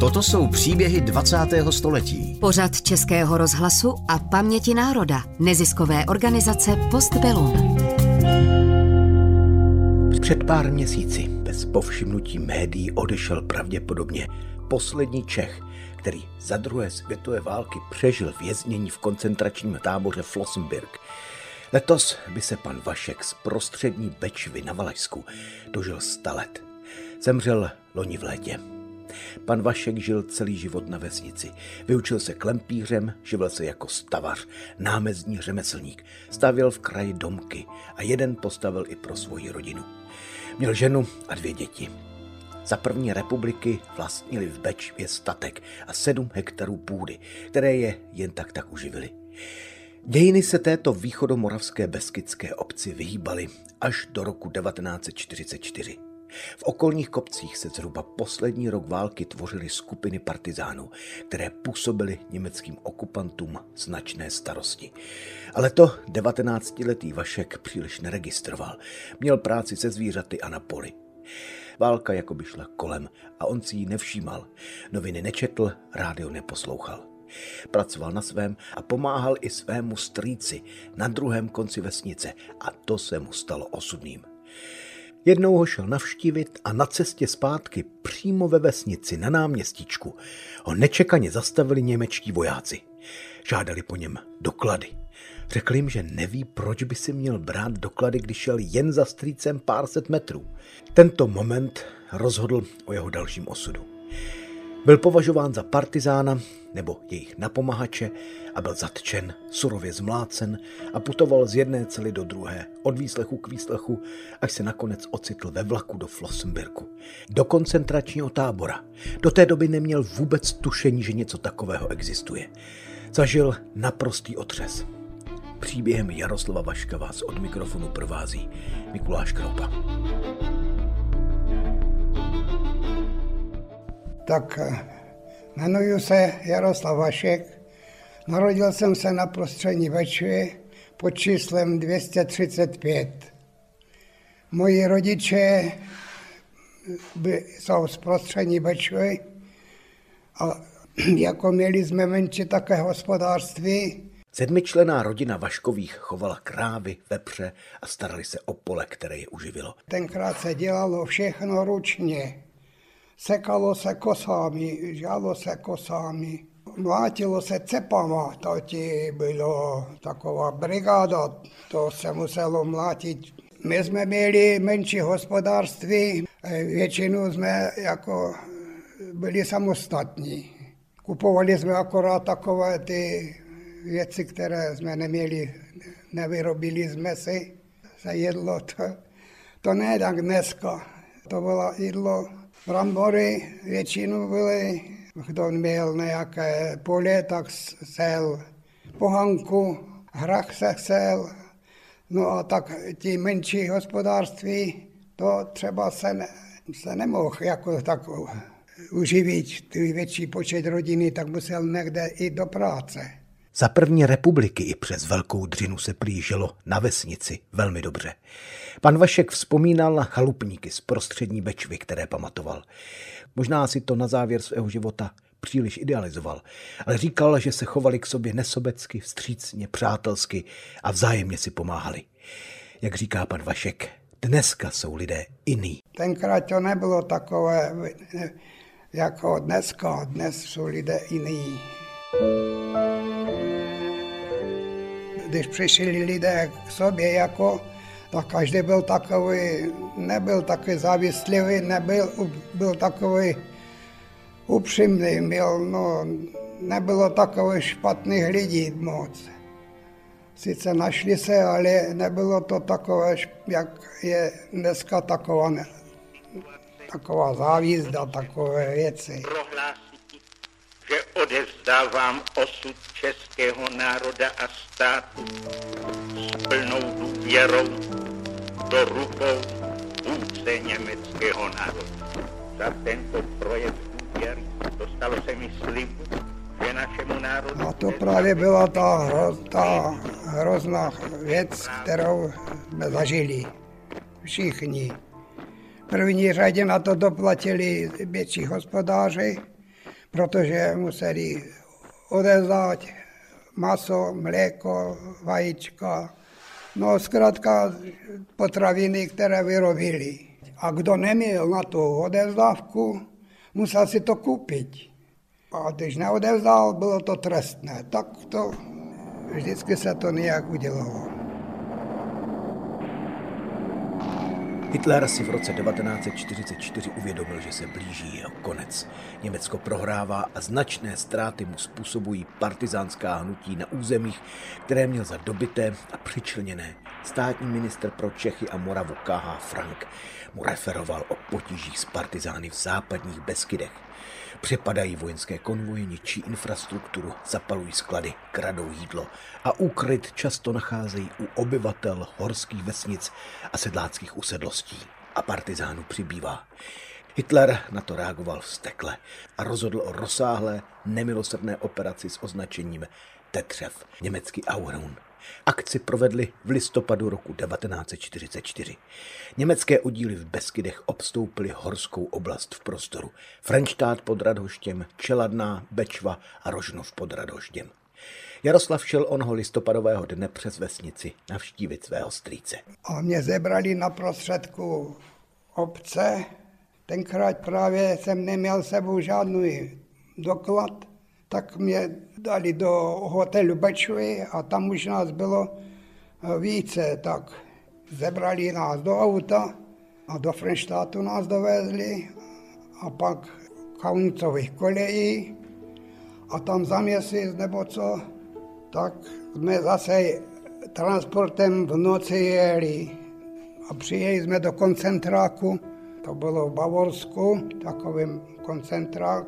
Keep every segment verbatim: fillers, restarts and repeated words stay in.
Toto jsou příběhy dvacátého století. Pořad Českého rozhlasu a Paměti národa, neziskové organizace Postbellum. Před pár měsíci bez povšimnutí médií odešel pravděpodobně poslední Čech, který za druhé světové války přežil věznění v koncentračním táboře Flossenbürg. Letos by se pan Vašek z prostřední Bečvy na Valašsku dožil sta let. Zemřel loni v létě. Pan Vašek žil celý život na vesnici. Vyučil se klempířem, živil se jako stavař, námezdní řemeslník. Stavěl v kraji domky a jeden postavil i pro svoji rodinu. Měl ženu a dvě děti. Za první republiky vlastnili v Bečvě statek a sedm hektarů půdy, které je jen tak tak uživili. Dějiny se této východomoravské beskydské obci vyhýbaly až do roku devatenáct set čtyřicet čtyři. V okolních kopcích se zhruba poslední rok války tvořily skupiny partizánů, které působily německým okupantům značné starosti. Ale to devatenáctiletý Vašek příliš neregistroval. Měl práci se zvířaty a na poli. Válka jakoby šla kolem a on si ji nevšímal. Noviny nečetl, rádio neposlouchal. Pracoval na svém a pomáhal i svému strýci na druhém konci vesnice a to se mu stalo osudným. Jednou ho šel navštívit a na cestě zpátky přímo ve vesnici na náměstíčku ho nečekaně zastavili němečtí vojáci. Žádali po něm doklady. Řekl jim, že neví, proč by si měl brát doklady, když šel jen za strýcem pár set metrů. Tento moment rozhodl o jeho dalším osudu. Byl považován za partizána nebo jejich napomahače a byl zatčen, surově zmlácen a putoval z jedné cely do druhé, od výslechu k výslechu, až se nakonec ocitl ve vlaku do Flossenbürgu. Do koncentračního tábora. Do té doby neměl vůbec tušení, že něco takového existuje. Zažil naprostý otřes. Příběhem Jaroslava Vaška vás od mikrofonu provází Mikuláš Kroupa. Tak jmenuji se Jaroslav Vašek. Narodil jsem se na prostřední Bečvě pod číslem dvě stě třicet pět. Moji rodiče jsou z prostřední Bečvy a jako měli jsme menší také hospodářství. Sedmičlenná rodina Vaškových chovala krávy, vepře a starali se o pole, které je uživilo. Tenkrát se dělalo všechno ručně. Sekalo se kosami, žalo se kosami, mlátilo se cepama, to ti bylo taková brigáda, to se muselo mlátit. My jsme měli menší hospodářství, většinou jsme jako byli samostatní. Kupovali jsme akorát takové ty věci, které jsme neměli, nevyrobili jsme si, se jedlo to, to ne tak dneska, to bylo jídlo. Brambory většinou byly, kdo měl nějaké pole, tak sel pohanku, hrach se sel, no a tak ti menší hospodářství, to třeba se, ne, se nemohl jako tak uživit, ty větší počet rodiny, tak musel někde i do práce. Za první republiky i přes Velkou Dřinu se prý žilo na vesnici velmi dobře. Pan Vašek vzpomínal na chalupníky z prostřední Bečvy, které pamatoval. Možná si to na závěr svého života příliš idealizoval, ale říkal, že se chovali k sobě nesobecky, vstřícně, přátelsky a vzájemně si pomáhali. Jak říká pan Vašek, dneska jsou lidé jiný. Tenkrát to nebylo takové jako dneska, dnes jsou lidé jiný. Když přišli lidé k sobě, jako, tak každý byl takový, nebyl takový závislivý, nebyl byl takový upřímný, byl, no, nebylo takových špatných lidí moc. Sice našli se, ale nebylo to takové, jak je dneska taková, taková závízda, takové věci. Že odevzdávám osud českého národa a státu s plnou důvěrou do rukou vůdce německého národa. Za tento projev důvěry dostalo se mi slibu, že našemu národu... A to právě byla ta, hro, ta hrozná věc, kterou jsme zažili všichni. V první řadě na to doplatili větší hospodáři, protože museli odevzdat maso, mléko, vajíčka, no zkrátka potraviny, které vyrobili. A kdo neměl na tu odevzdávku, musel si to koupit. A když neodevzdal, bylo to trestné. Tak to vždycky se to nějak udělalo. Hitler si v roce devatenáct set čtyřicet čtyři uvědomil, že se blíží jeho konec. Německo prohrává a značné ztráty mu způsobují partizánská hnutí na územích, které měl za dobyté a přičleněné. Státní ministr pro Čechy a Moravu K H Frank mu referoval o potížích s partizány v západních Beskydech. Přepadají vojenské konvoje, ničí infrastrukturu, zapalují sklady, kradou jídlo a úkryt často nacházejí u obyvatel horských vesnic a sedláckých usedlostí. A partizánů přibývá. Hitler na to reagoval vztekle a rozhodl o rozsáhlé, nemilosrdné operaci s označením Tetřev, německý Auerhun. Akci provedli v listopadu roku devatenáct set čtyřicet čtyři. Německé oddíly v Beskydech obstoupily horskou oblast v prostoru. Frenštát pod Radhoštěm, Čeladná, Bečva a Rožnov pod Radhoštěm. Jaroslav šel onoho listopadového dne přes vesnici navštívit svého strýce. A mě zebrali na prostředku obce. Tenkrát právě jsem neměl sebou žádný doklad, tak mě dali do hotelu Bečvy a tam už nás bylo více, tak zebrali nás do auta a do Frenštátu nás dovezli a pak Kaunicových kolejí a tam za měsíc nebo co, tak jsme zase transportem v noci jeli a přijeli jsme do koncentráku, to bylo v Bavorsku, takovým koncentrák.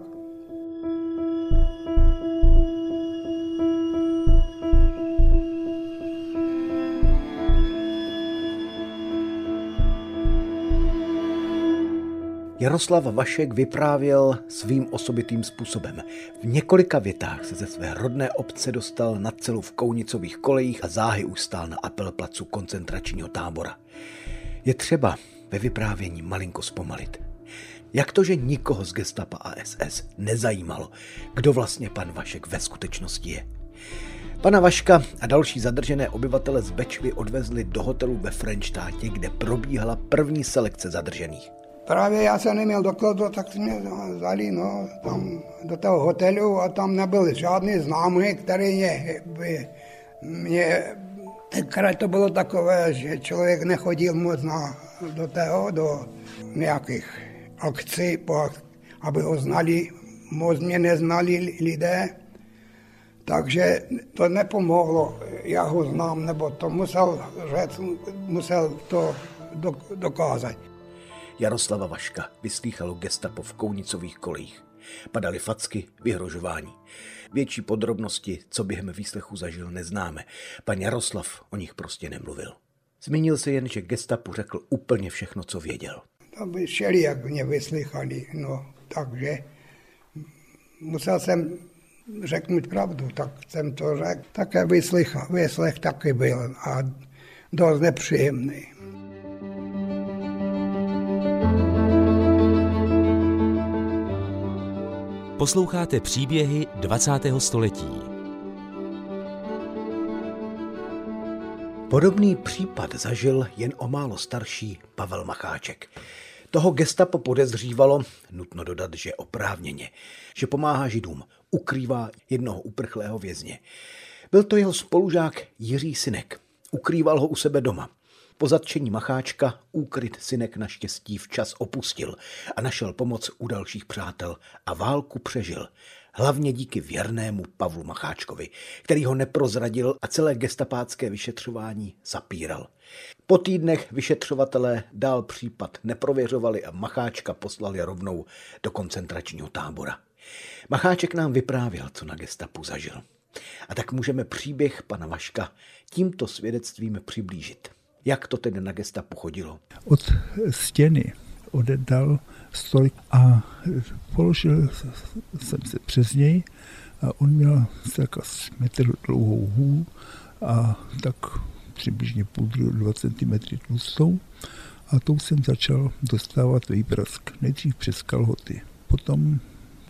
Jaroslav Vašek vyprávěl svým osobitým způsobem. V několika větách se ze své rodné obce dostal na celu v Kaunicových kolejích a záhy už stál na Apelplacu koncentračního tábora. Je třeba ve vyprávění malinko zpomalit. Jak to, že nikoho z gestapa a S S nezajímalo, kdo vlastně pan Vašek ve skutečnosti je? Pana Vaška a další zadržené obyvatele z Bečvy odvezli do hotelu ve Frenštátě, kde probíhala první selekce zadržených. Právě já jsem neměl dokladu, tak mě vzali no, tam do toho hotelu a tam nebyl žádný známý, který mě, by, mě tenkrát to bylo takové, že člověk nechodil moc na, do toho, do nějakých akcí, aby ho znali, moc mě neznali lidé, takže to nepomohlo, já ho znám, nebo to musel říct, musel to dokázat. Jaroslava Vaška vyslýchalo gestapo v Kaunicových kolejích. Padaly facky, vyhrožování. Větší podrobnosti, co během výslechu zažil, neznáme. Pan Jaroslav o nich prostě nemluvil. Zmínil se jen, že gestapu řekl úplně všechno, co věděl. To by šeli, jak mě vyslýchali, no, takže musel jsem řeknout pravdu, tak jsem to řekl. Také vyslech, vyslech taky byl a dost nepříjemný. Posloucháte příběhy dvacátého století. Podobný případ zažil jen o málo starší Pavel Macháček. Toho gestapo podezřívalo, nutno dodat, že oprávněně, že pomáhá Židům, ukrývá jednoho uprchlého vězně. Byl to jeho spolužák Jiří Synek. Ukrýval ho u sebe doma. Po zatčení Macháčka úkryt Synek naštěstí včas opustil a našel pomoc u dalších přátel a válku přežil. Hlavně díky věrnému Pavlu Macháčkovi, který ho neprozradil a celé gestapácké vyšetřování zapíral. Po týdnech vyšetřovatelé dál případ neprověřovali a Macháčka poslali rovnou do koncentračního tábora. Macháček nám vyprávěl, co na gestapu zažil. A tak můžeme příběh pana Vaška tímto svědectvím přiblížit. Jak to tedy na gestapu chodilo? Od stěny odedal stolek a položil jsem se přes něj a on měl tak metr dlouhou hůl a tak přibližně půl dva centimetry tlustou a tou jsem začal dostávat výprask. Nejdřív přes kalhoty, potom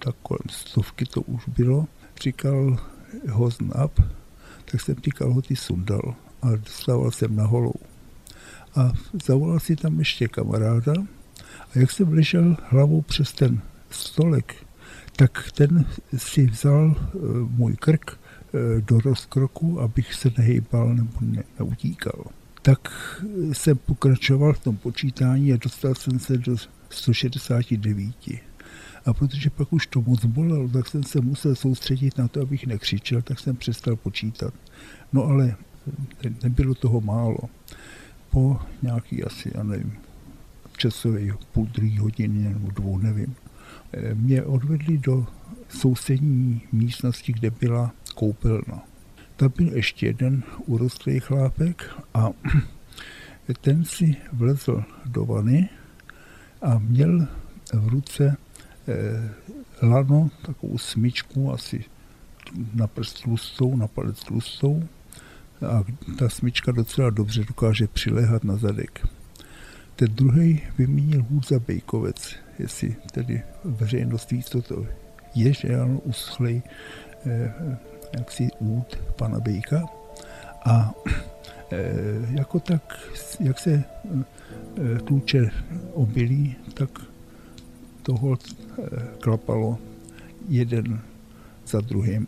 tak kolem stovky to už bylo, říkal hozn up, tak jsem ty kalhoty sundal a dostával jsem na holou. A zavolal si tam ještě kamaráda a jak jsem ležel hlavou přes ten stolek, tak ten si vzal můj krk do rozkroku, abych se nehejbal nebo ne, neutíkal. Tak jsem pokračoval v tom počítání a dostal jsem se do sto šedesát devět. A protože pak už to moc bolelo, tak jsem se musel soustředit na to, abych nekřičel, tak jsem přestal počítat. No ale nebylo toho málo. Po nějaký asi, já nevím, časový půl druhý hodiny nebo dvou, nevím, mě odvedli do sousední místnosti, kde byla koupelna. Tam byl ještě jeden urostlý chlápek a ten si vlezl do vany a měl v ruce eh, lano, takovou smyčku, asi na prst tlustou, na palec tlustou, a ta smyčka docela dobře dokáže přiléhat na zadek. Ten druhý vymínil hůd za bejkovec, jestli tedy veřejnost ví, co to je, že ano, uschlej eh, jaksi úd pana Bejka. A eh, jako tak, jak se eh, tluče obilí, tak toho eh, klapalo jeden za druhým.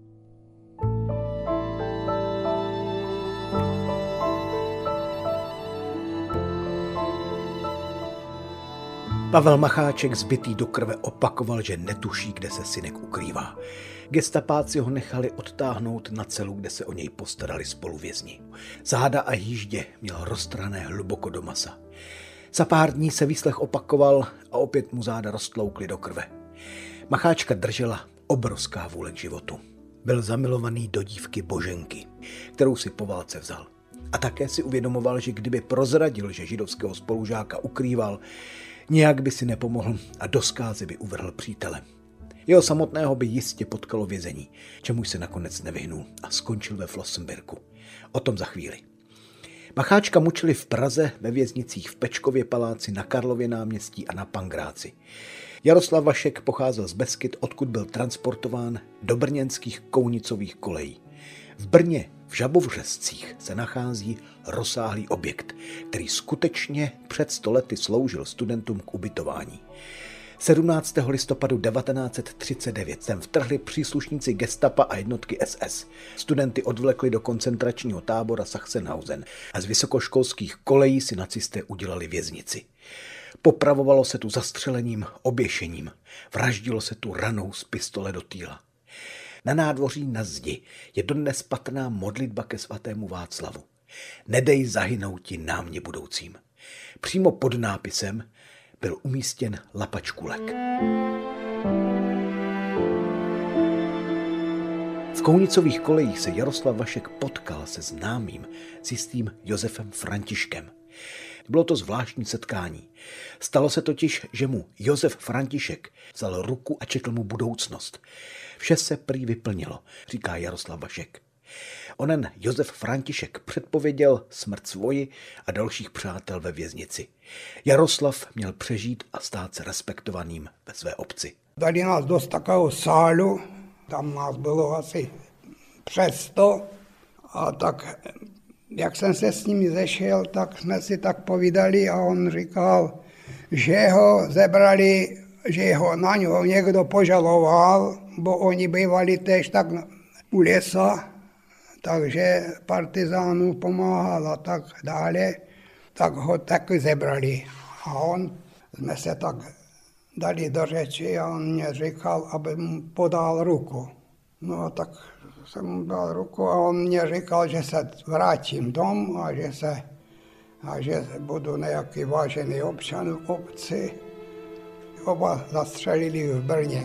Pavel Macháček, zbitý do krve, opakoval, že netuší, kde se synek ukrývá. Gestapáci ho nechali odtáhnout na celu, kde se o něj postarali spoluvězni. Záda a jíždě měl roztrhané hluboko do masa. Za pár dní se výslech opakoval a opět mu záda roztloukly do krve. Macháčka držela obrovská vůle k životu. Byl zamilovaný do dívky Boženky, kterou si po válce vzal. A také si uvědomoval, že kdyby prozradil, že židovského spolužáka ukrýval, nějak by si nepomohl a do zkázy by uvrhl přítele. Jeho samotného by jistě potkalo vězení, čemuž se nakonec nevyhnul a skončil ve Flossenbürgu. O tom za chvíli. Macháčka mučili v Praze, ve věznicích v Pečkově paláci, na Karlově náměstí a na Pangráci. Jaroslav Vašek pocházel z Beskyd, odkud byl transportován do brněnských Kounicových kolejí. V Brně v Žabovřescích se nachází rozsáhlý objekt, který skutečně před sto lety sloužil studentům k ubytování. sedmnáctého listopadu devatenáct set třicet devět sem vtrhli příslušníci gestapa a jednotky S S. Studenty odvlekli do koncentračního tábora Sachsenhausen a z vysokoškolských kolejí si nacisté udělali věznici. Popravovalo se tu zastřelením, oběšením, vraždilo se tu ranou z pistole do týla. Na nádvoří na zdi je dodnes patrná modlitba ke svatému Václavu. Nedej zahynouti námě budoucím. Přímo pod nápisem byl umístěn lapačkulek. V Kounicových kolejích se Jaroslav Vašek potkal se známým s jistým Josefem Františkem. Bylo to zvláštní setkání. Stalo se totiž, že mu Josef František vzal ruku a četl mu budoucnost. Vše se prý vyplnilo, říká Jaroslav Vašek. Onen Josef František předpověděl smrt svoji a dalších přátel ve věznici. Jaroslav měl přežít a stát se respektovaným ve své obci. Dali nás do takového sálu, tam nás bylo asi přes sto, a tak jak jsem se s nimi zešel, tak jsme si tak povídali a on říkal, že ho zebrali, že ho na něho někdo požaloval, bo oni bývali tež tak u lesa, takže partizánů pomáhal a tak dále, tak ho taky zebrali. A on, jsme se tak dali do řeči a on mě říkal, aby mu podal ruku. No tak jsem mu dal ruku a on mě říkal, že se vrátím dom a že, se, a že budu nějaký vážený občan v obci. Oba zastřelili v Brně.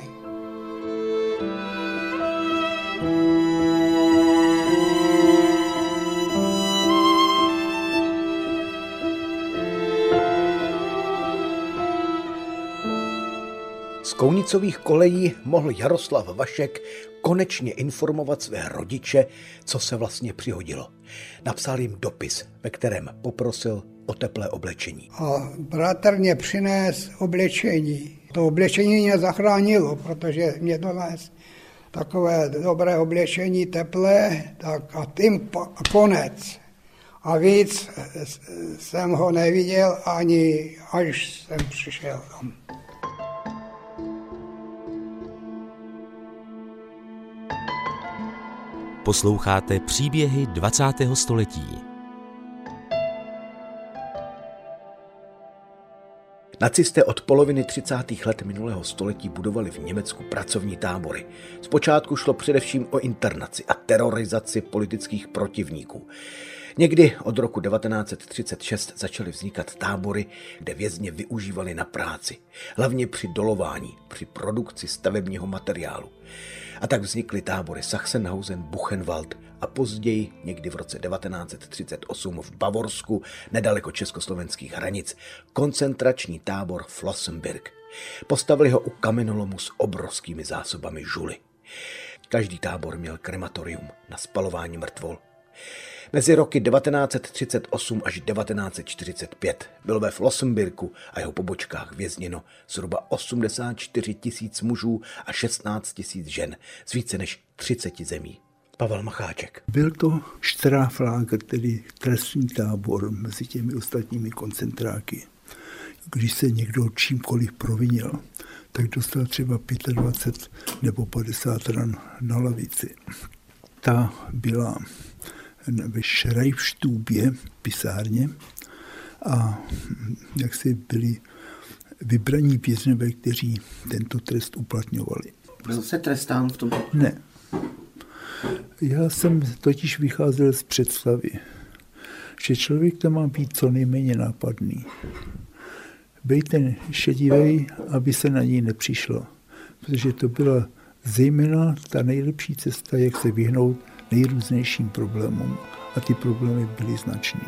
Z Kounicových kolejí mohl Jaroslav Vašek konečně informovat své rodiče, co se vlastně přihodilo. Napsal jim dopis, ve kterém poprosil o teplé oblečení. A bratr mě přines oblečení. To oblečení mě zachránilo, protože mě dones takové dobré oblečení, teplé, tak a tím konec. A víc jsem ho neviděl, ani až jsem přišel tam. Posloucháte příběhy dvacátého století. Nacisté od poloviny třicátých let minulého století budovali v Německu pracovní tábory. Zpočátku šlo především o internaci a terorizaci politických protivníků. Někdy od roku devatenáct set třicet šest začaly vznikat tábory, kde vězně využívali na práci, hlavně při dolování, při produkci stavebního materiálu. A tak vznikly tábory Sachsenhausen, Buchenwald a později, někdy v roce devatenáct set třicet osm v Bavorsku, nedaleko československých hranic, koncentrační tábor Flossenbürg. Postavili ho u kamenolomu s obrovskými zásobami žuly. Každý tábor měl krematorium na spalování mrtvol. Mezi roky devatenáct set třicet osm až devatenáct set čtyřicet pět bylo ve Flossenbürgu a jeho pobočkách vězněno zhruba osmdesát čtyři tisíc mužů a šestnáct tisíc žen z více než třiceti zemí. Pavel Macháček. Byl to Straflager, tedy trestní tábor mezi těmi ostatními koncentráky. Když se někdo čímkoliv provinil, tak dostal třeba dvacet pět nebo padesát ran na lavici. Ta byla ve Schreibstubě, pisárně, a jak si byli vybraní vězňové, kteří tento trest uplatňovali. Byl se trestán v tom? Ne. Já jsem totiž vycházel z představy, že člověk to má být co nejméně nápadný. Bejte šedivej, aby se na něj nepřišlo, protože to byla zejména ta nejlepší cesta, jak se vyhnout nejrůznějším problémům, a ty problémy byly značné.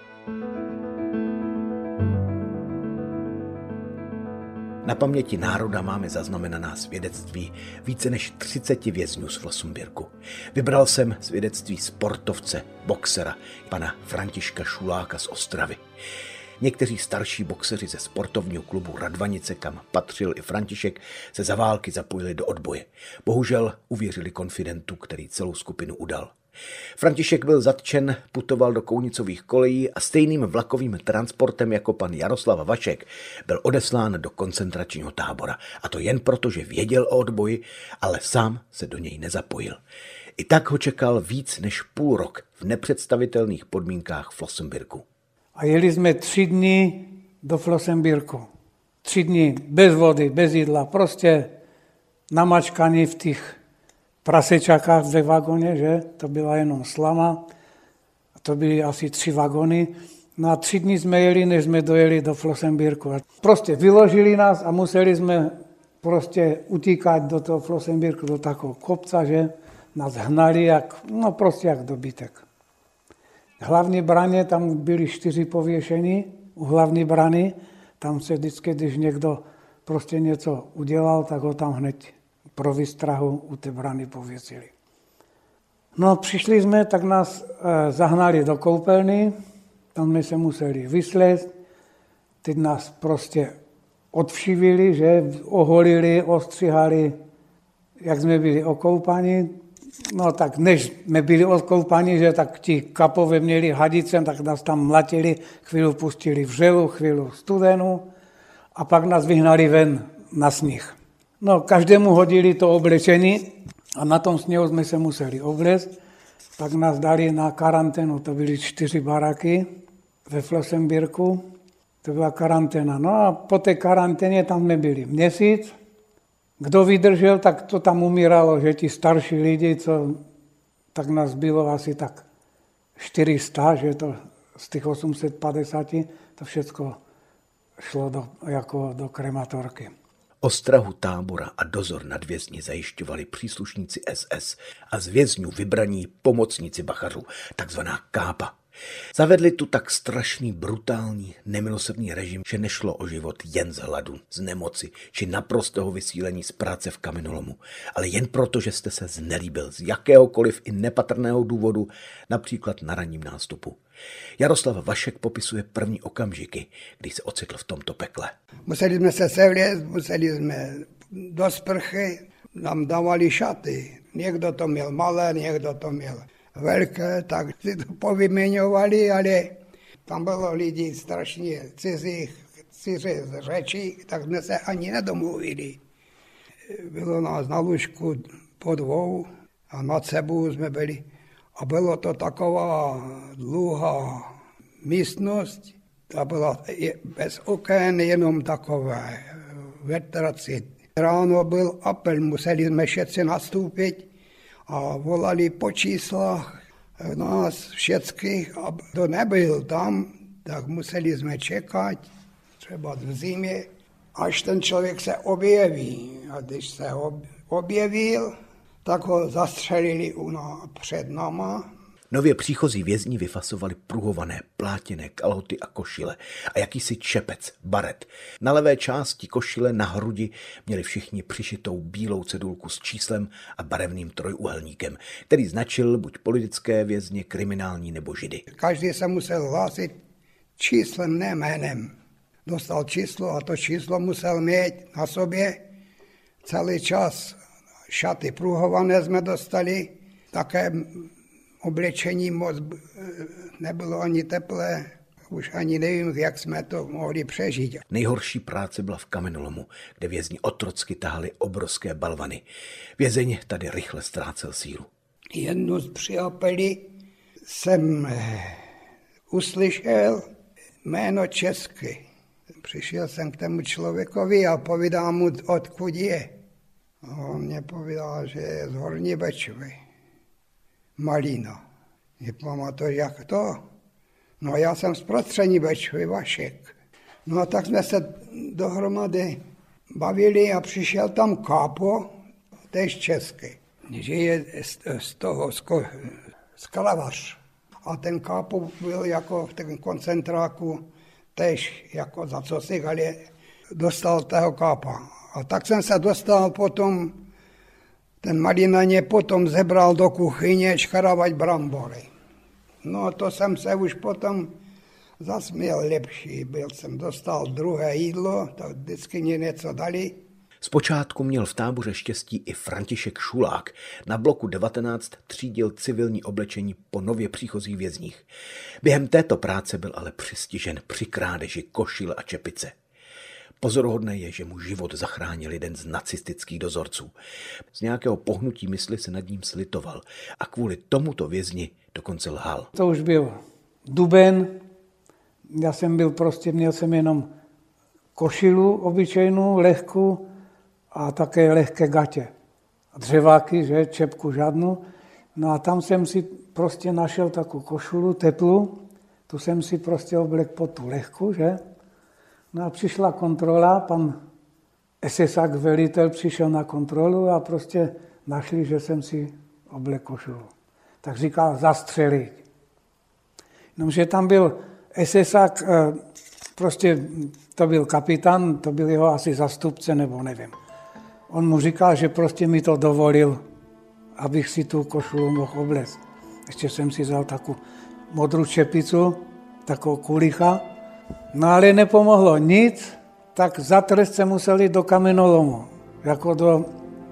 Na paměti národa máme zaznamenaná svědectví více než třiceti vězňů z Flossenbürgu. Vybral jsem svědectví sportovce, boxera, pana Františka Šuláka z Ostravy. Někteří starší boxeři ze sportovního klubu Radvanice, kam patřil i František, se za války zapojili do odboje. Bohužel uvěřili konfidentu, který celou skupinu udal. František byl zatčen, putoval do Kounicových kolejí a stejným vlakovým transportem jako pan Jaroslav Vašek byl odeslán do koncentračního tábora. A to jen proto, že věděl o odboji, ale sám se do něj nezapojil. I tak ho čekal víc než půl rok v nepředstavitelných podmínkách Flossenbürgu. A jeli jsme tři dny do Flossenbürgu. Tři dny bez vody, bez jídla, prostě namačkaní v těch prasečakách ve vagóně, že? To byla jenom slama. A to byly asi tři vagóny. No a tři dny jsme jeli, než jsme dojeli do Flossenbürgu. Prostě vyložili nás a museli jsme prostě utíkat do toho Flossenbürgu, do takového kopca, že? Nás hnali, jak, no prostě jak dobytek. Hlavní braně, tam byly čtyři pověšení, u hlavní brany, tam se vždycky, když někdo prostě něco udělal, tak ho tam hned pro výstrahu u té brany pověsili. No přišli jsme, tak nás e, zahnali do koupelny, tam jsme se museli vyslézt, teď nás prostě odvšivili, že oholili, ostřihali, jak jsme byli okoupaní. No tak než jsme byli odkoupaní, že tak ti kapové měli hadice, tak nás tam mlatili, chvíli pustili vřelu, chvíli studenu a pak nás vyhnali ven na sníh. No každému hodili to oblečení a na tom sněhu jsme se museli oblézt, pak nás dali na karanténu, to byly čtyři baraky ve Flossenbürgu, to byla karanténa. No a po té karanténě tam jsme byli měsíc. Kdo vydržel, tak to tam umíralo, že ti starší lidi, co, tak nás bylo asi tak čtyři sta, že to z těch osm set padesát, to všechno šlo do, jako do krematorky. Ostrahu tábora a dozor nad vězni zajišťovali příslušníci S S a z vězňů vybraní pomocníci bachařů, takzvaná kápa. Zavedli tu tak strašný, brutální, nemilosrdný režim, že nešlo o život jen z hladu, z nemoci či naprostého vysílení z práce v kamenolomu, ale jen proto, že jste se znelíbil z jakéhokoliv i nepatrného důvodu, například na ranním nástupu. Jaroslav Vašek popisuje první okamžiky, kdy se ocitl v tomto pekle. Museli jsme se sevlézt, museli jsme do sprchy, nám dávali šaty. Někdo to měl malé, někdo to měl velké, tak si to povyměňovali, ale tam bylo lidí strašně cizích, cizích řečí, tak jsme se ani nedomluvili. Bylo nás na lůžku po dvou a nad sebou jsme byli. A bylo to taková dlouhá místnost, ta byla bez oken, jenom takové vetraci. Ráno byl apel, museli jsme všetci nastoupit a volali po číslách nás všeckých. A kdo nebyl tam, tak museli jsme čekat, třeba v zimě, až ten člověk se objeví. A když se objevil, tak ho zastřelili u nás před náma. Nově příchozí vězni vyfasovali pruhované, plátěné kalhoty a košile a jakýsi čepec, baret. Na levé části košile na hrudi měli všichni přišitou bílou cedulku s číslem a barevným trojúhelníkem, který značil buď politické vězně, kriminální nebo židy. Každý se musel hlásit číslem, ne jménem. Dostal číslo a to číslo musel mít na sobě celý čas. Šaty pruhované jsme dostali, také oblečení moc nebylo ani teplé, už ani nevím, jak jsme to mohli přežít. Nejhorší práce byla v kamenolomu, kde vězni otrocky tahali obrovské balvany. Vězeň tady rychle ztrácel sílu. Jednu z přiapelí jsem uslyšel jméno česky. Přišel jsem k tomu člověkovi a povídám mu, odkud je. A on mě povídal, že je z Horní Bečvy. Malina. Nepamatuji, jak to? No já jsem z Prostřední Bečvy, Vašek. No a tak jsme se dohromady bavili a přišel tam kápo, též česky. Že je z, z toho, z, z Kalavař. A ten kápo byl jako v tom koncentráku též jako za co si, ale dostal toho kápa. A tak jsem se dostal potom, ten Malina mě potom zebral do kuchyně škaravať brambory. No to jsem se už potom zasměl lepší. Byl jsem dostal druhé jídlo, tak vždycky mě něco dali. Zpočátku měl v táboře štěstí i František Šulák. Na bloku devatenáct třídil civilní oblečení po nově příchozích vězních. Během této práce byl ale přistižen při krádeži košil a čepice. Pozoruhodné je, že mu život zachránil jeden z nacistických dozorců. Z nějakého pohnutí mysli se nad ním slitoval a kvůli tomuto vězni dokonce lhal. To už byl duben, já jsem byl prostě, měl jsem jenom košilu obyčejnou, lehkou a také lehké gatě. Dřeváky, že, čepku žádnou. No a tam jsem si prostě našel takovou košulu teplou, tu jsem si prostě oblek pod tu lehkou, že. No a přišla kontrola, pan esesák velitel přišel na kontrolu a prostě našli, že jsem si oblek košulu. Tak říkal zastřelit. Jenomže tam byl esesák, prostě to byl kapitán, to byl jeho asi zastupce, nebo nevím. On mu říkal, že prostě mi to dovolil, abych si tu košulu mohl obléct. Ještě jsem si vzal takovou modrou čepicu, takovou kulicha. No ale nepomohlo nic, tak za trest se museli do kamenolomu. Jako do,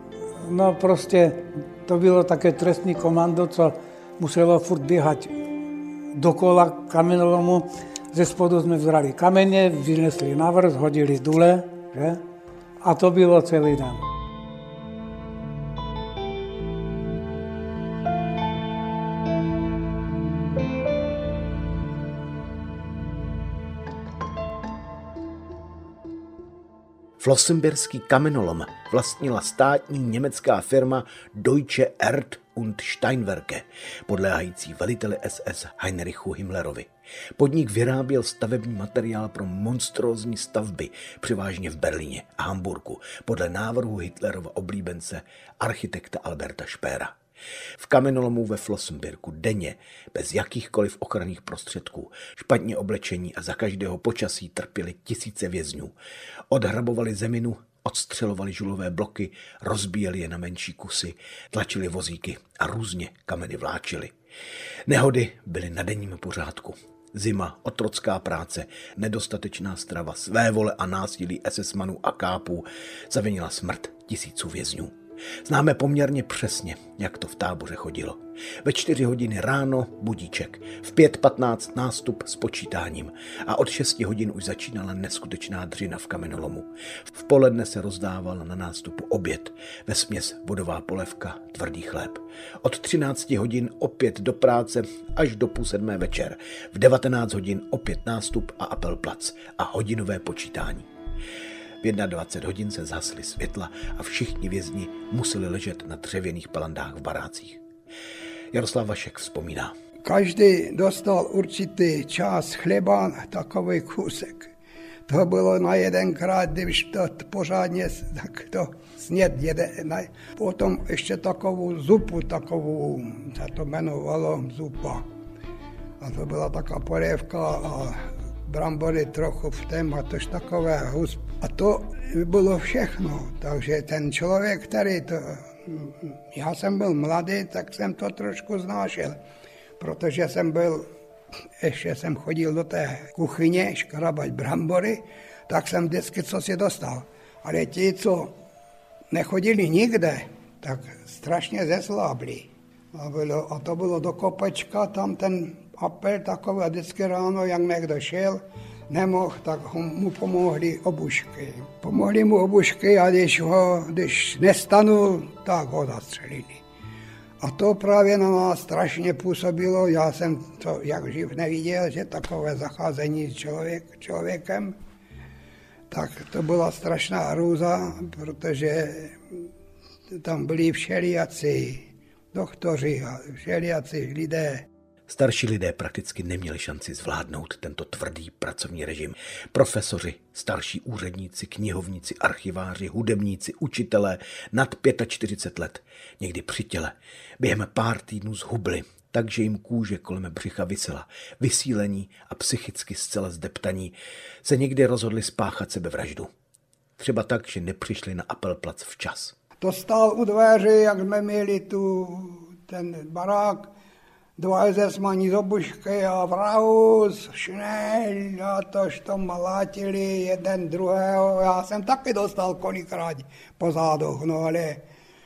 no prostě to bylo také trestní komando, co muselo furt běhat dokola kamenolomu. Ze spodu jsme vzali kameně, vynesli navrch, hodili dule, že? A to bylo celý den. Flossenbürský kamenolom vlastnila státní německá firma Deutsche Erd- und Steinwerke, podléhající veliteli es es Heinrichu Himmlerovi. Podnik vyráběl stavební materiál pro monstrózní stavby, převážně v Berlíně a Hamburku, podle návrhu Hitlerova oblíbence architekta Alberta Speera. V kamenolomu ve Flossenbürgu denně, bez jakýchkoliv ochranných prostředků, špatně oblečení a za každého počasí trpěli tisíce vězňů. Odhrabovali zeminu, odstřelovali žulové bloky, rozbíjeli je na menší kusy, tlačili vozíky a různě kameny vláčili. Nehody byly na denním pořádku. Zima, otrocká práce, nedostatečná strava, svévole a násilí esesmanů a kápů zavinila smrt tisíců vězňů. Známe poměrně přesně, jak to v táboře chodilo. Ve čtyři hodiny ráno budíček, v pět patnáct nástup s počítáním a od šesti hodin už začínala neskutečná dřina v kamenolomu. V poledne se rozdával na nástupu oběd, vesměs vodová polévka, tvrdý chléb. Od třinácti hodin opět do práce až do půl sedmé večer. V devatenáct hodin opět nástup a apelplac a hodinové počítání. V dvacet jedna hodin se zhasly světla a všichni vězni museli ležet na dřevěných palandách v barácích. Jaroslav Vašek vzpomíná. Každý dostal určitý čas chleba, takový kousek. To bylo na jedenkrát, když to pořádně tak to sněd jede. Potom ještě takovou zupu, takovou, se to jmenovalo zupa. A to byla taká polévka a brambory trochu v tém a tož takové husp. A to bylo všechno. Takže ten člověk, který to... Já jsem byl mladý, tak jsem to trošku znášel. Protože jsem byl... Ještě jsem chodil do té kuchyně škrabat brambory, tak jsem vždycky co si dostal. Ale ti, co nechodili nikde, tak strašně zeslábli. A, bylo, a to bylo do kopečka, tam ten apel takový, a vždycky ráno, jak někdo šel, nemohl, tak mu pomohli obušky. Pomohli mu obušky a když, ho, když nestanul, tak ho zastřelili. A to právě na nás strašně působilo. Já jsem to jak živ neviděl, že takové zacházení s člověk, člověkem, tak to byla strašná hrůza, protože tam byli všelijací doktoři a všelijací lidé. Starší lidé prakticky neměli šanci zvládnout tento tvrdý pracovní režim. Profesoři, starší úředníci, knihovníci, archiváři, hudebníci, učitelé nad čtyřicet pět let, někdy při těle, během pár týdnů zhubli, takže jim kůže kolem břicha visela. Vysílení a psychicky zcela zdeptaní se někdy rozhodli spáchat sebevraždu. Třeba tak, že nepřišli na apelplac včas. To stál u dveří, jak jsme měli tu, ten barák, dva esesmani z obušky a vraus, šnel, a tož to malátili jeden druhého. Já jsem taky dostal kolikrát po zádoch, no ale e,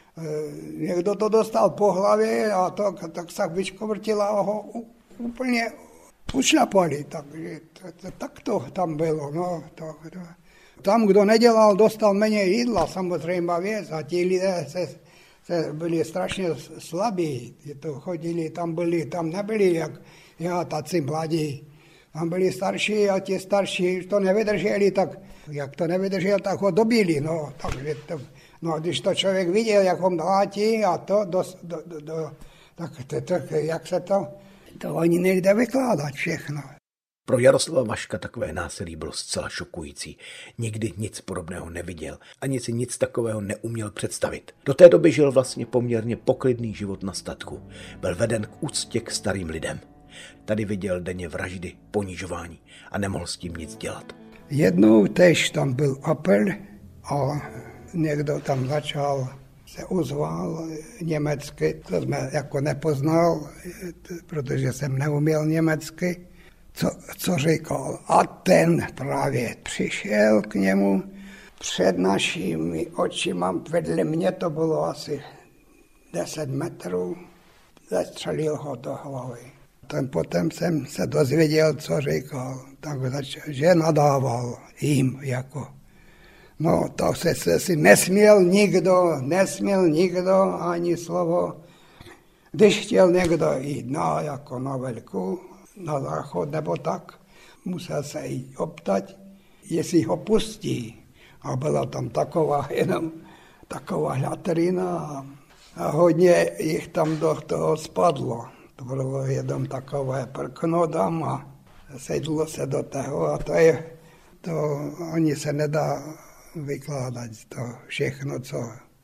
někdo to dostal po hlavě a to, tak se vyškovrtila a ho úplně ušlapali. Takže to, to, tak to tam bylo. No, to, to. Tam, kdo nedělal, dostal méně jídla, samozřejmě věc, a ti lidé se Se byli strašně slabí, to chodili, tam byli, tam nebyli jak já, taci mladí. Tam byli starší a ti starší to nevydrželi, tak jak to nevydržel, tak ho dobili. No, takže to, no, když to člověk viděl, jak ho mlátí a to, do, do, do, do, tak to, to, jak se to, to oni nejde vykládat všechno. Pro Jaroslava Vaška takové násilí bylo zcela šokující. Nikdy nic podobného neviděl, ani si nic takového neuměl představit. Do té doby žil vlastně poměrně poklidný život na statku. Byl veden k úctě k starým lidem. Tady viděl denně vraždy, ponižování a nemohl s tím nic dělat. Jednou tež tam byl apel a někdo tam začal, se ozval německy, to jsme jako nepoznal, protože jsem neuměl německy. Co, co říkal. A ten právě přišel k němu před našimi očima, vedle mě to bylo asi deset metrů, zastřelil ho do hlavy. Ten potom jsem se dozvěděl, co říkal, tak začal, že nadával jim jako. No, to se, se si nesměl nikdo, nesměl nikdo ani slovo. Když chtěl někdo jít na, jako na velkou, na záchod nebo tak, musel se jí optat, jestli ho pustí. A byla tam taková jenom taková latrina a, a hodně jich tam do toho spadlo. To bylo jenom takové prkno tam a sedlo se do toho a to je, to oni se nedá vykládat, to všechno, co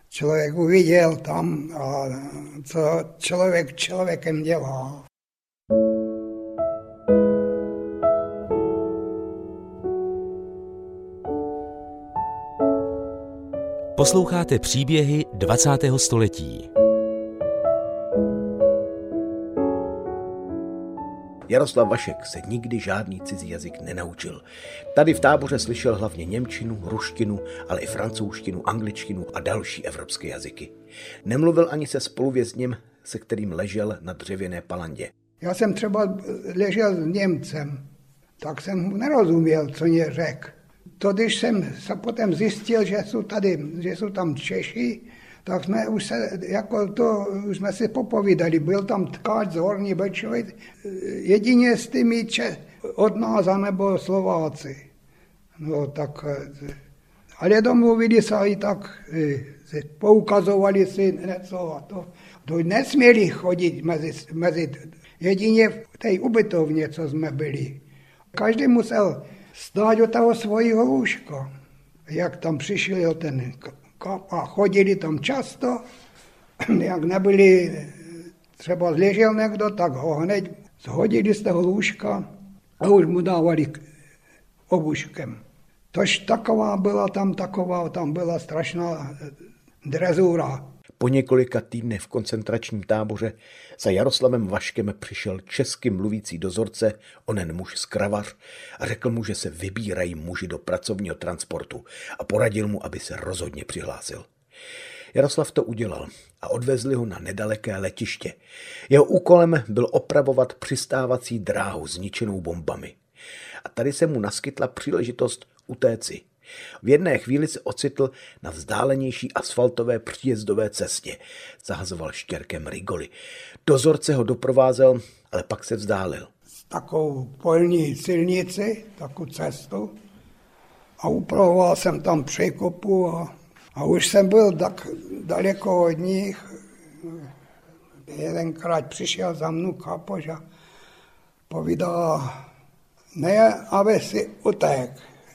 člověk uviděl tam, a co člověk člověkem dělá. Posloucháte příběhy dvacátého století. Jaroslav Vašek se nikdy žádný cizí jazyk nenaučil. Tady v táboře slyšel hlavně němčinu, ruštinu, ale i francouzštinu, angličtinu a další evropské jazyky. Nemluvil ani se spoluvězněm, se kterým ležel na dřevěné palandě. Já jsem třeba ležel s Němcem, tak jsem mu nerozuměl, co mě řekl. To, když jsem se potom zjistil, že jsou tady, že jsou tam Češi, tak jsme už se, jako to, už jsme si popovídali. Byl tam tkáč z Horní Bečovy, jedině s těmi Če, od nás, nebo Slováci. No tak, ale domluvili se i tak, poukazovali si něco a to. To nesměli chodit mezi, mezi, jedině v té ubytovně, co jsme byli. Každý musel stát od toho svojho lůžka. Jak tam přišel ten kap a chodili tam často, jak nebyli, třeba ležel někdo, tak ho hned zhodili z toho lůžka a už mu dávali obuškem. Tož taková byla tam taková, tam byla strašná drezura. Po několika týdnech v koncentračním táboře za Jaroslavem Vaškem přišel česky mluvící dozorce, onen muž z Kravař, a řekl mu, že se vybírají muži do pracovního transportu a poradil mu, aby se rozhodně přihlásil. Jaroslav to udělal a odvezli ho na nedaleké letiště. Jeho úkolem byl opravovat přistávací dráhu zničenou bombami. A tady se mu naskytla příležitost utéci. V jedné chvíli se ocitl na vzdálenější asfaltové příjezdové cestě. Zahazoval štěrkem rigoli. Dozorce ho doprovázel, ale pak se vzdálil. Takovou polní silnici, takovou cestu a upravoval jsem tam překopu a, a už jsem byl tak daleko od nich. Jedenkrát přišel za mnou kapoš a povídal, ne, aby si utek.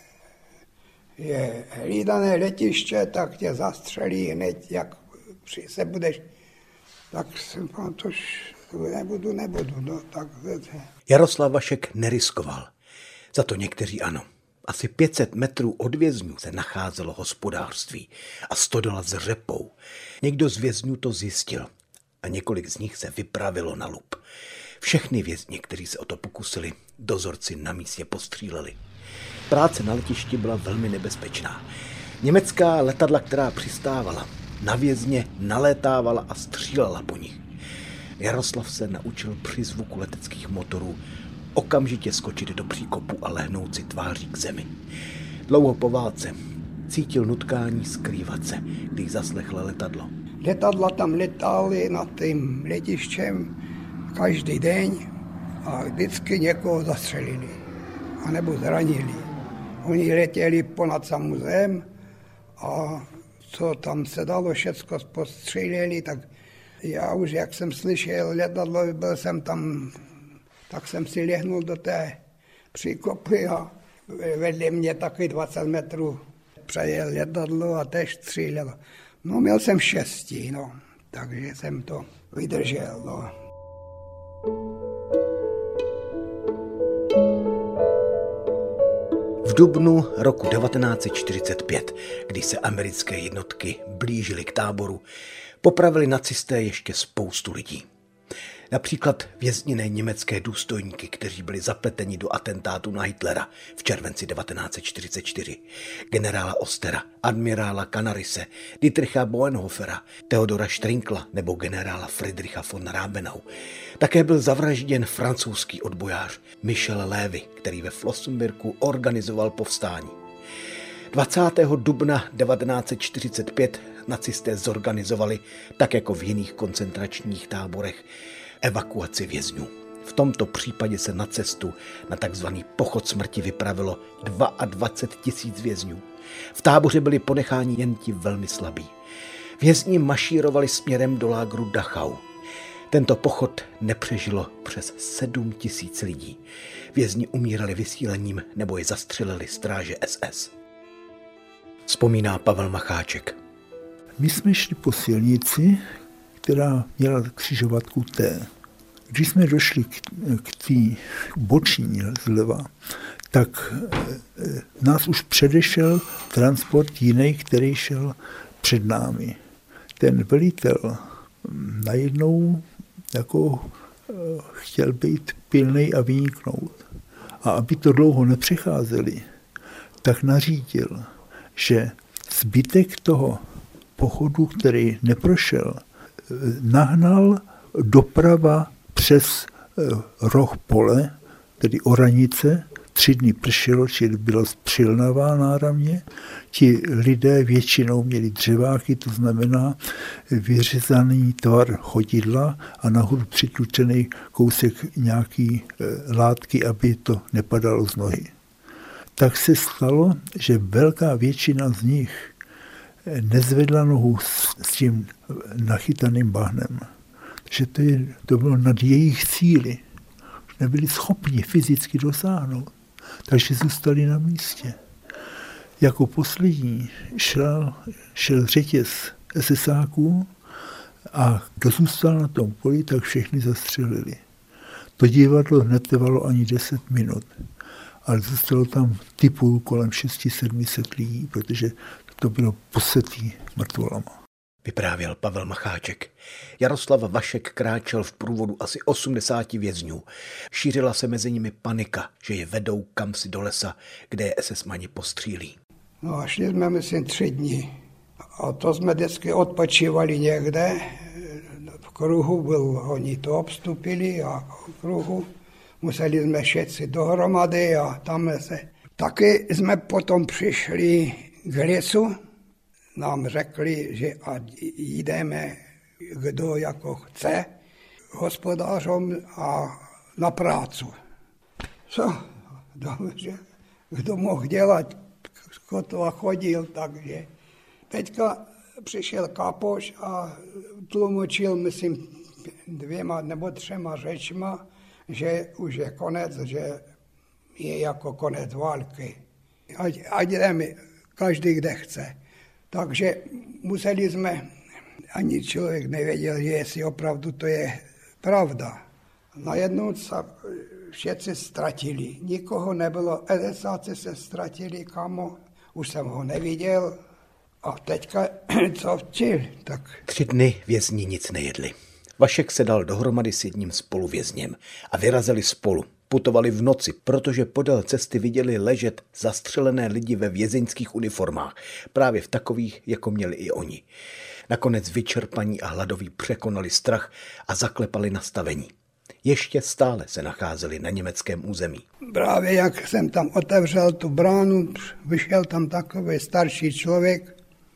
Je hlídané letiště, tak tě zastřelí hned, jak se budeš, tak jsem tož nebudu, nebudu. No, tak... Jaroslav Vašek neriskoval, za to někteří ano. Asi pět set metrů od vězňů se nacházelo hospodářství a stodola s řepou. Někdo z vězňů to zjistil a několik z nich se vypravilo na lup. Všechny vězně, kteří se o to pokusili, dozorci na místě postříleli. Práce na letišti byla velmi nebezpečná. Německá letadla, která přistávala, na vězně nalétávala a střílela po nich. Jaroslav se naučil při zvuku leteckých motorů okamžitě skočit do příkopu a lehnout si tváří k zemi. Dlouho po válce cítil nutkání skrývat se, když zaslechl letadlo. Letadla tam letaly nad tím letištěm každý den a vždycky někoho zastřelili, anebo zranili. Oni letěli ponad samou zem a co tam se dalo, všecko postříleli, tak já už, jak jsem slyšel letadlo, byl jsem tam, tak jsem si lehnul do té příkopy a vedle mě taky dvacet metrů přejel letadlo a tež střílelo. No, měl jsem štěstí, no, takže jsem to vydržel, no. V dubnu roku devatenáct set čtyřicet pět, kdy se americké jednotky blížily k táboru, popravili nacisté ještě spoustu lidí. Například vězněné německé důstojníky, kteří byli zapleteni do atentátu na Hitlera v červenci devatenáct set čtyřicet čtyři, generála Ostera, admirála Canarise, Dietricha Bonhoeffera, Theodora Strinkla nebo generála Friedricha von Rabenau. Také byl zavražděn francouzský odbojář Michel Lévy, který ve Flossenbürgu organizoval povstání. dvacátého dubna devatenáct set čtyřicet pět nacisté zorganizovali, tak jako v jiných koncentračních táborech, evakuaci vězňů. V tomto případě se na cestu na takzvaný pochod smrti vypravilo dvacet dva tisíc vězňů. V táboře byli ponecháni jen ti velmi slabí. Vězni mašírovali směrem do lágru Dachau. Tento pochod nepřežilo přes sedm tisíc lidí. Vězni umírali vysílením nebo je zastřelili stráže S S. Vzpomíná Pavel Macháček. My jsme šli po silnici, která měla křižovatku T. Když jsme došli k, k té boční zleva, tak nás už předešel transport jiný, který šel před námi. Ten velitel najednou jako chtěl být pilnej a vyniknout. A aby to dlouho nepřecházeli, tak nařídil, že zbytek toho pochodu, který neprošel, nahnal doprava přes roh pole, tedy oranice. Tři dny pršelo, čili bylo přilnavá náramně. Ti lidé většinou měli dřeváky, to znamená vyřezaný tvar chodidla a nahoru přitlučený kousek nějaký látky, aby to nepadalo z nohy. Tak se stalo, že velká většina z nich nezvedla nohu s, s tím nachytaným bahnem. Že to, je, to bylo nad jejich síly. Nebyli schopni fyzicky dosáhnout. Takže zůstali na místě. Jako poslední šel, šel řetěz esesáků a kdo zůstal na tom poli, tak všechny zastřelili. To divadlo netrvalo ani deset minut, ale zůstalo tam typu kolem šest sedm set lidí, protože to bylo posetý mrtvolama. Vyprávěl Pavel Macháček. Jaroslav Vašek kráčel v průvodu asi osmdesáti vězňů. Šířila se mezi nimi panika, že je vedou kamsi do lesa, kde je esesmani postřílí. No a šli jsme, myslím, tři dny. A to jsme vždycky odpočívali někde. V kruhu byl, oni to obstupili a v kruhu museli jsme všetci dohromady a tam se... Taky jsme potom přišli k lesu. Nám řekli, že ať jdeme, kdo jako chce, hospodářom a na prácu. Co? Dobře, kdo mohl dělat, kdo chodil, takže. Teďka přišel kapoš a tlumočil, myslím, dvěma nebo třema řečma, že už je konec, že je jako konec války. Ať, ať jdeme, každý kde chce. Takže museli jsme, ani člověk nevěděl, že jestli opravdu to je pravda. Najednou se všetci ztratili. Nikoho nebylo, esesáci se ztratili, kamo, už jsem ho neviděl. A teďka, co včil, tak... Tři dny vězni nic nejedli. Vašek se dal dohromady s jedním spoluvězněm a vyrazili spolu. Putovali v noci, protože podél cesty viděli ležet zastřelené lidi ve vězeňských uniformách, právě v takových, jako měli i oni. Nakonec vyčerpaní a hladoví překonali strach a zaklepali na stavení. Ještě stále se nacházeli na německém území. Právě jak jsem tam otevřel tu bránu, vyšel tam takový starší člověk,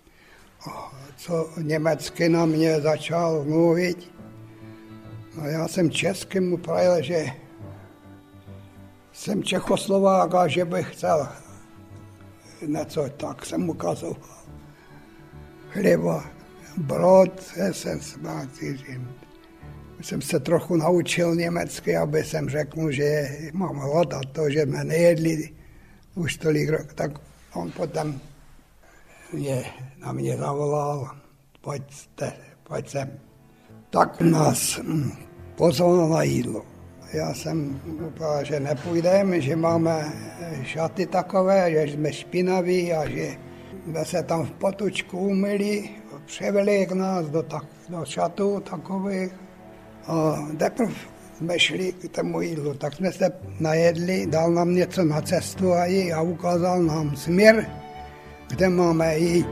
co německy na mě začal mluvit. No já jsem česky mu pravil, že jsem Čechoslovák a že bych chcel něco, tak jsem ukazoval. Chleba, brod, jsem smátý. Jsem se trochu naučil německy, aby jsem řekl, že mám hlad a to, že jsme nejedli už tolik rok. Tak on potom mě, na mě zavolal, pojďte, pojď sem. Tak nás pozval na jídlo. Já jsem říkal, že nepůjdeme, že máme šaty takové, že jsme špinaví a že jsme se tam v potučku umyli, převeli k nás do, tak, do šatů takových. A teprve jsme šli k tomu jídlu, tak jsme se najedli, dal nám něco na cestu a, jí, a ukázal nám směr, kde máme jít.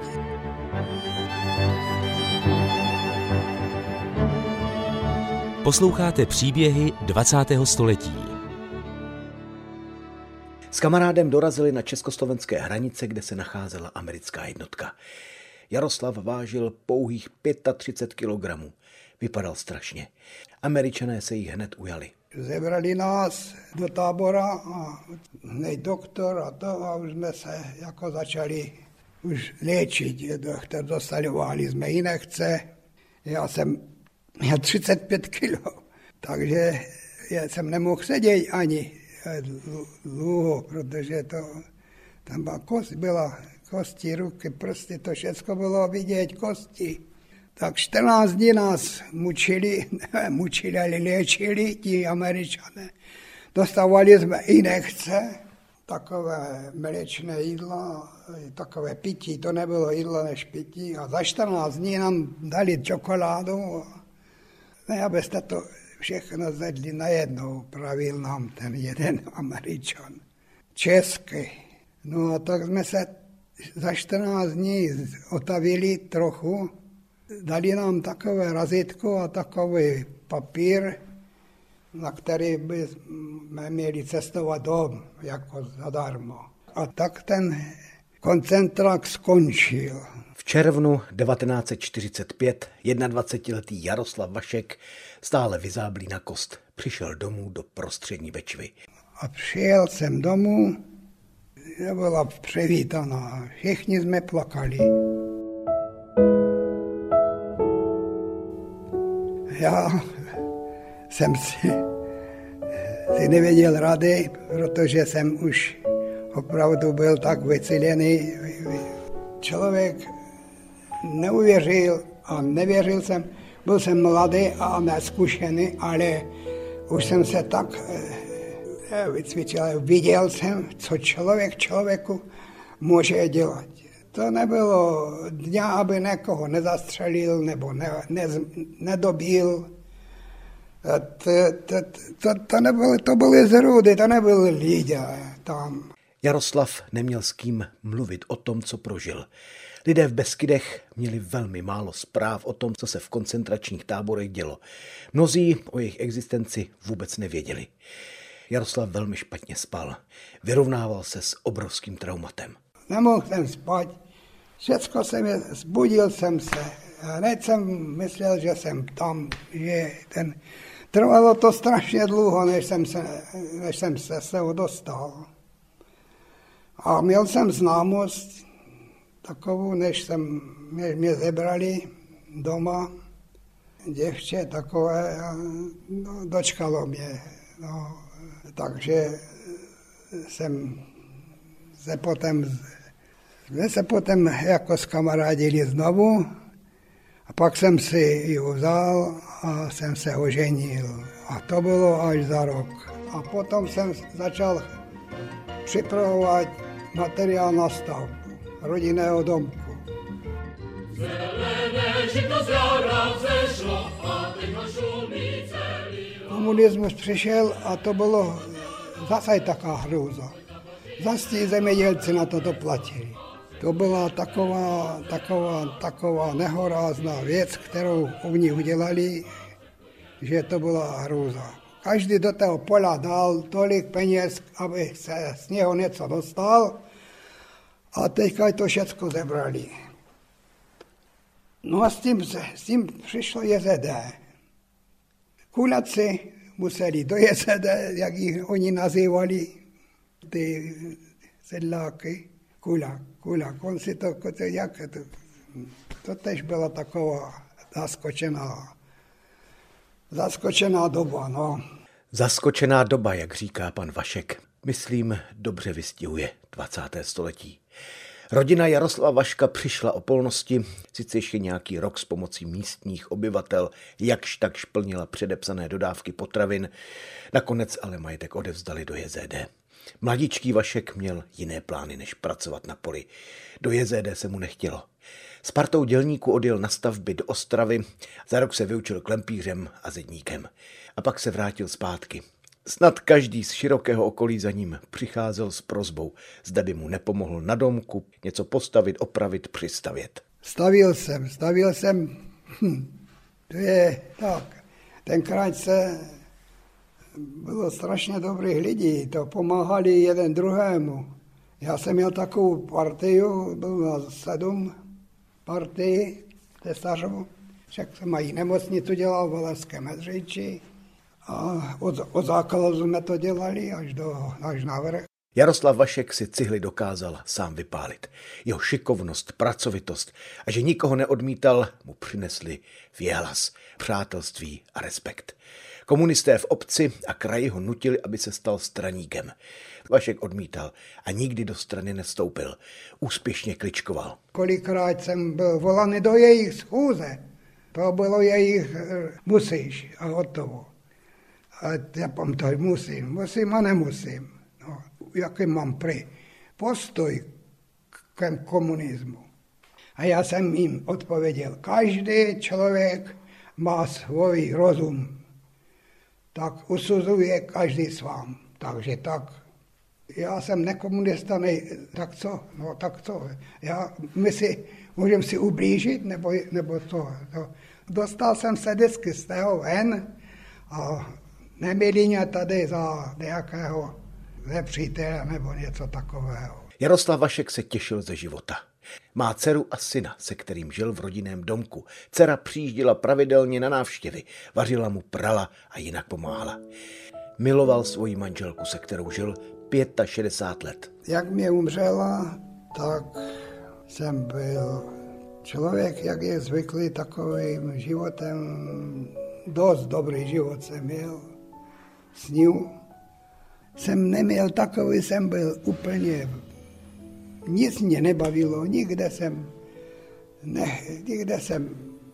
Posloucháte příběhy dvacátého století. S kamarádem dorazili na československé hranice, kde se nacházela americká jednotka. Jaroslav vážil pouhých třicet pět kilogramů. Vypadal strašně. Američané se jich hned ujali. Zebrali nás do tábora a hned doktor a to a už jsme se jako začali už léčit. Doktor dostali, jsme ji nechce. Já jsem měl třicet pět kilo, takže já jsem nemohl sedět ani dlouho, protože to Tam byla kost, byla kosti, ruky, prsty, to všechno bylo vidět, kosti. Tak čtrnáct dní nás mučili, ne, mučili, ale léčili ti Američané. Dostávali jsme injekce, takové mléčné jídla, takové pití, to nebylo jídlo než pití. A za čtrnáct dní nám dali čokoládu. Ne, abyste to všechno zjedli najednou, pravil nám ten jeden Američan. Český. No a tak jsme se za čtrnáct dní otavili trochu. Dali nám takové razítko a takový papír, na který bychom měli cestovat dom, jako zadarmo. A tak ten koncentrák skončil. V červnu devatenáct set čtyřicet pět jednadvacetiletý Jaroslav Vašek, stále vyzáblý na kost, přišel domů do Prostřední Bečvy. A přijel jsem domů, byla přivítaná, všichni jsme plakali. Já jsem si, si nevěděl rady, protože jsem už opravdu byl tak vycilený. Člověk neuvěřil a nevěřil jsem, byl jsem mladý a neskušený, ale už jsem se tak vycvičil, viděl jsem, co člověk člověku může dělat. To nebylo dňa, aby někoho nezastřelil nebo ne, ne, nedobil. To, to, to, to, nebyly, to byly zrůdy, to nebyly lidé tam. Jaroslav neměl s kým mluvit o tom, co prožil. Lidé v Beskydech měli velmi málo zpráv o tom, co se v koncentračních táborech dělo. Mnozí o jejich existenci vůbec nevěděli. Jaroslav velmi špatně spal. Vyrovnával se s obrovským traumatem. Nemohl jsem spát. Všecko jsem je, zbudil jsem se. Hned jsem myslel, že jsem tam, že ten... Trvalo to strašně dlouho, než jsem se, než jsem se z toho dostal. A měl jsem známost takovou, než, jsem, než mě zebrali doma, děvče takové, no, dočkalo mě. No, takže jsem se potom, jsme se potom jako zkamarádili znovu a pak jsem si ji vzal a jsem se oženil. A to bylo až za rok. A potom jsem začal připravovat materiál na stavbu rodinného domku. Komunismus přišel a to bylo zase taká hrůza. Zase ti zemědělci na to doplatili. To byla taková, taková, taková nehorázná věc, kterou oni udělali, že to byla hrůza. Každý do toho pola dal tolik peněz, aby se z něho něco dostal, a teďka to všechno zebrali. No a s tím, s tím přišlo J Z D. Kulaci museli do J Z D, jak jich oni nazývali, ty sedláky, kulák, kulák. On si to, jak to, to tež byla taková zaskočená, zaskočená doba, no. Zaskočená doba, jak říká pan Vašek, myslím, dobře vystihuje dvacáté století. Rodina Jaroslava Vaška přišla o polnosti, sice ještě nějaký rok s pomocí místních obyvatel, jakž takž plnila předepsané dodávky potravin, nakonec ale majetek odevzdali do J Z D. Mladičký Vašek měl jiné plány, než pracovat na poli. Do J Z D se mu nechtělo. S partou dělníků odjel na stavby do Ostravy, za rok se vyučil klempířem a zedníkem. A pak se vrátil zpátky. Snad každý z širokého okolí za ním přicházel s prosbou, zda by mu nepomohl na domku něco postavit, opravit, přistavět. Stavil jsem, stavil jsem, hm, to je tak, tenkrát se bylo strašně dobrých lidí, to pomáhali jeden druhému. Já jsem měl takovou partiu, byl na sedm partii tesařů, však se mají nemocnicu dělal v Valašské Medřiči. A od, od základu jsme to dělali až, do, až na vrch. Jaroslav Vašek si cihly dokázal sám vypálit. Jeho šikovnost, pracovitost a že nikoho neodmítal, mu přinesli věhlas, přátelství a respekt. Komunisté v obci a kraji ho nutili, aby se stal straníkem. Vašek odmítal a nikdy do strany nestoupil. Úspěšně kličkoval. Kolikrát jsem byl volaný do jejich schůze. To bylo jejich musíš a hotovo. A já pamatuju, musím, musím a nemusím. No, jaký mám prý postoj k komunismu. A já jsem jim odpověděl, každý člověk má svůj rozum. Tak usuzuje každý sám. Takže tak, já jsem nekomunista, ne, tak co? No tak co? Já, my si, můžeme si ublížit, nebo, nebo co? No, dostal jsem se vždycky z toho ven a neměli mě tady za nějakého nepřítele nebo něco takového. Jaroslav Vašek se těšil ze života. Má dceru a syna, se kterým žil v rodinném domku. Dcera přijížděla pravidelně na návštěvy, vařila mu, prala a jinak pomáhala. Miloval svoji manželku, se kterou žil šedesát pět let. Jak mě umřela, tak jsem byl člověk, jak je zvyklý takovým životem, dost dobrý život jsem měl s ní. Jsem neměl takový, jsem byl úplně, nic mě nebavilo, nikde jsem, ne, nikde jsem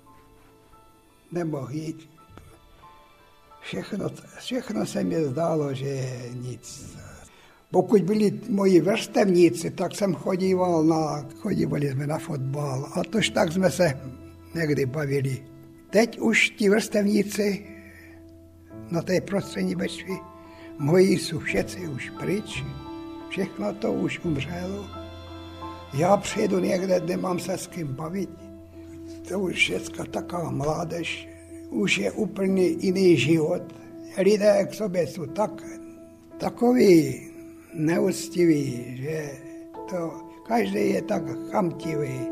nemohl jít. Všechno, všechno se mi zdálo, že nic. Pokud byli moji vrstevníci, tak jsem chodíval na, chodívali jsme na fotbal a tož tak jsme se někdy bavili. Teď už ti vrstevníci na té prostřední Bečvy, moji jsou všetci už pryč, všechno to už umřelo. Já přijdu někde, nemám se s kým bavit. To už všechno taková mládež, už je úplně jiný život. Lidé k sobě jsou tak, takový neúctivý, že to každý je tak chamtivý.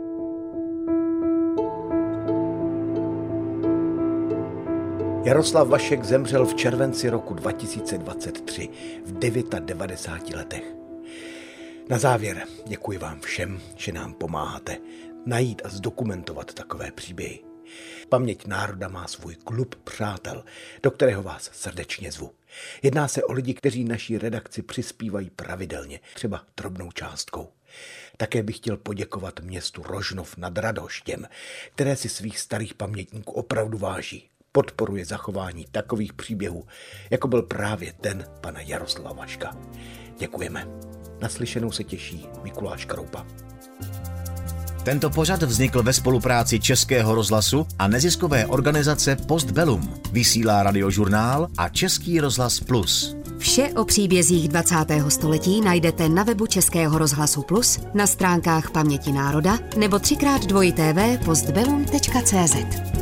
Jaroslav Vašek zemřel v červenci roku dva tisíce dvacet tři v devadesáti devíti letech. Na závěr děkuji vám všem, že nám pomáháte najít a zdokumentovat takové příběhy. Paměť národa má svůj klub přátel, do kterého vás srdečně zvu. Jedná se o lidi, kteří naší redakci přispívají pravidelně, třeba drobnou částkou. Také bych chtěl poděkovat městu Rožnov nad Radhoštěm, které si svých starých pamětníků opravdu váží. Podporuje zachování takových příběhů, jako byl právě ten pana Jaroslava Vaška. Děkujeme. Naslyšenou se těší Mikuláš Kroupa. Tento pořad vznikl ve spolupráci Českého rozhlasu a neziskové organizace Postbellum, vysílá Radiožurnál a Český rozhlas Plus. Vše o příbězích dvacátého století najdete na webu Českého rozhlasu Plus, na stránkách Paměti národa nebo třikrát dvojité v postbellum tečka cé zet.